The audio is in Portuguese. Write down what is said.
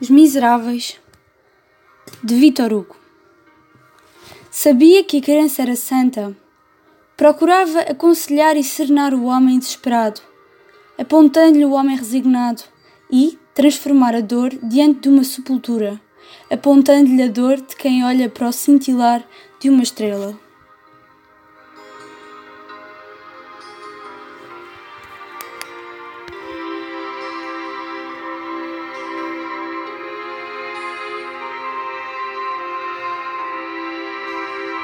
Os Miseráveis, de Victor Hugo. Sabia que a criança era santa. Procurava aconselhar e serenar o homem desesperado, apontando-lhe o homem resignado, e transformar a dor diante de uma sepultura, apontando-lhe a dor de quem olha para o cintilar de uma estrela.